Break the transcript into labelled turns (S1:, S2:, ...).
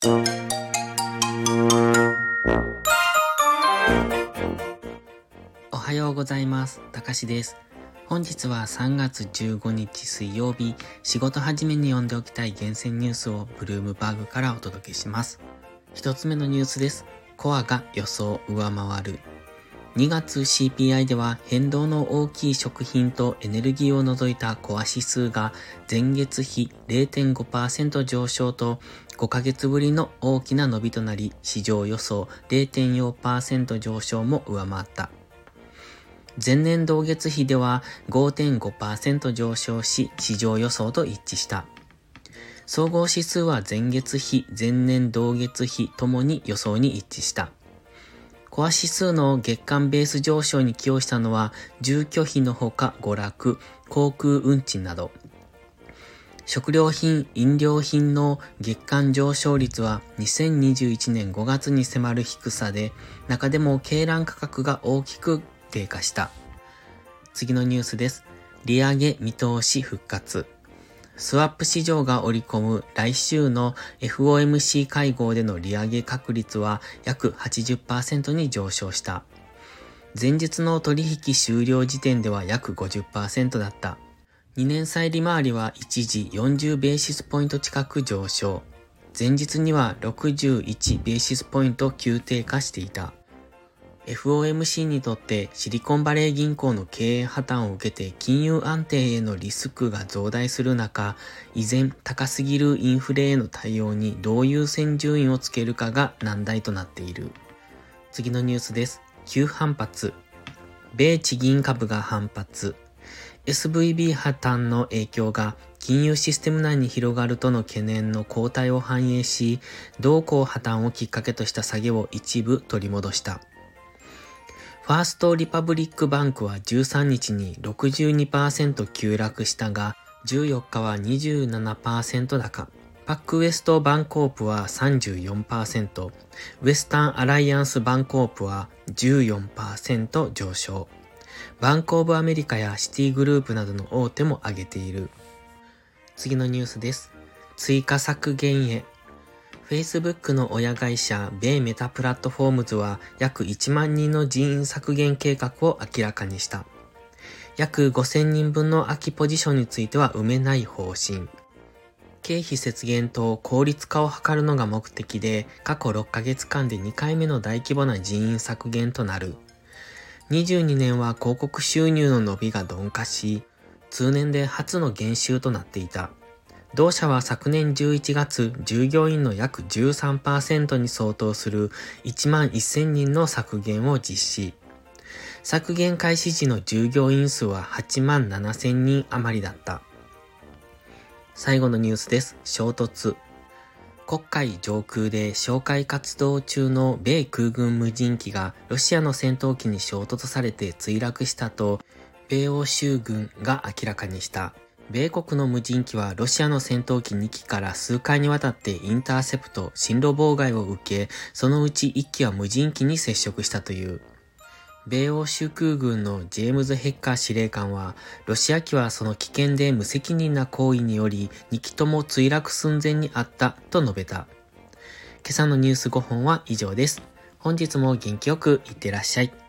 S1: おはようございます。たかしです。本日は3月15日水曜日、仕事始めに読んでおきたい厳選ニュースをブルームバーグからお届けします。一つ目のニュースです。コアが予想を上回る。2月 CPI では変動の大きい食品とエネルギーを除いたコア指数が前月比 0.5% 上昇と5ヶ月ぶりの大きな伸びとなり、市場予想 0.4% 上昇も上回った。前年同月比では 5.5% 上昇し、市場予想と一致した。総合指数は前月比、前年同月比ともに予想に一致した。コア指数の月間ベース上昇に寄与したのは、住居費のほか娯楽、航空運賃など。食料品、飲料品の月間上昇率は2021年5月に迫る低さで、中でも鶏卵価格が大きく低下した。次のニュースです。利上げ見通し復活。スワップ市場が織り込む来週の FOMC 会合での利上げ確率は約 80% に上昇した。前日の取引終了時点では約 50% だった。2年債利回りは一時40ベーシスポイント近く上昇。前日には61ベーシスポイント急低下していた。FOMC にとってシリコンバレー銀行の経営破綻を受けて金融安定へのリスクが増大する中、依然高すぎるインフレへの対応にどう優先順位をつけるかが難題となっている。次のニュースです。急反発。米地銀株が反発。SVB 破綻の影響が金融システム内に広がるとの懸念の後退を反映し、同行破綻をきっかけとした下げを一部取り戻した。ファーストリパブリックバンクは13日に 62% 急落したが、14日は 27% 高。パックウェストバンコープは 34%、ウェスタンアライアンスバンコープは 14% 上昇。バンクオブアメリカやシティグループなどの大手も上げている。次のニュースです。追加削減へ。Facebook の親会社米メタプラットフォームズは約1万人の人員削減計画を明らかにした。約5000人分の空きポジションについては埋めない方針。経費節減と効率化を図るのが目的で、過去6ヶ月間で2回目の大規模な人員削減となる。22年は広告収入の伸びが鈍化し、通年で初の減収となっていた。同社は昨年11月、従業員の約 13% に相当する1万1000人の削減を実施。削減開始時の従業員数は8万7000人余りだった。最後のニュースです。衝突。黒海上空で哨戒活動中の米空軍無人機がロシアの戦闘機に衝突されて墜落したと、米欧州軍が明らかにした。米国の無人機はロシアの戦闘機2機から数回にわたってインターセプト、進路妨害を受け、そのうち1機は無人機に接触したという。米欧州空軍のジェームズ・ヘッカー司令官は、ロシア機はその危険で無責任な行為により2機とも墜落寸前にあったと述べた。今朝のニュース5本は以上です。本日も元気よくいってらっしゃい。